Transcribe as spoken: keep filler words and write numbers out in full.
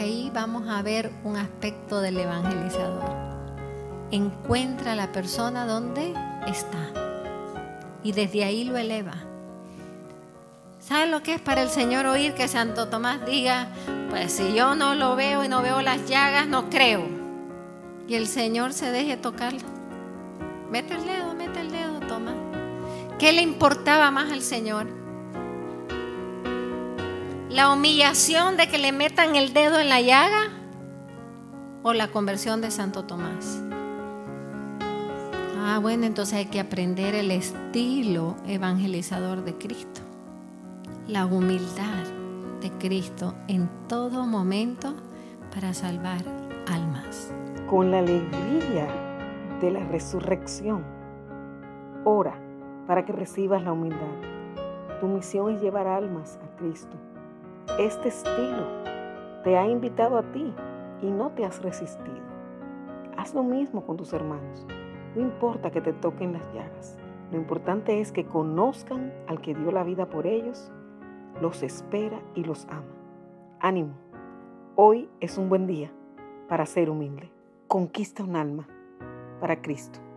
que ahí vamos a ver un aspecto del evangelizador. Encuentra a la persona donde está y desde ahí lo eleva. ¿Sabes lo que es para el Señor oír que Santo Tomás diga, pues si yo no lo veo y no veo las llagas, no creo? Y el Señor se deje tocar. Mete el dedo, mete el dedo, Tomás. ¿Qué le importaba más al Señor? ¿La humillación de que le metan el dedo en la llaga o la conversión de Santo Tomás? Ah, bueno, entonces hay que aprender el estilo evangelizador de Cristo. La humildad de Cristo en todo momento para salvar almas. Con la alegría de la resurrección, ora para que recibas la humildad. Tu misión es llevar almas a Cristo. Este estilo te ha invitado a ti y no te has resistido. Haz lo mismo con tus hermanos. No importa que te toquen las llagas. Lo importante es que conozcan al que dio la vida por ellos, los espera y los ama. Ánimo. Hoy es un buen día para ser humilde. Conquista un alma para Cristo.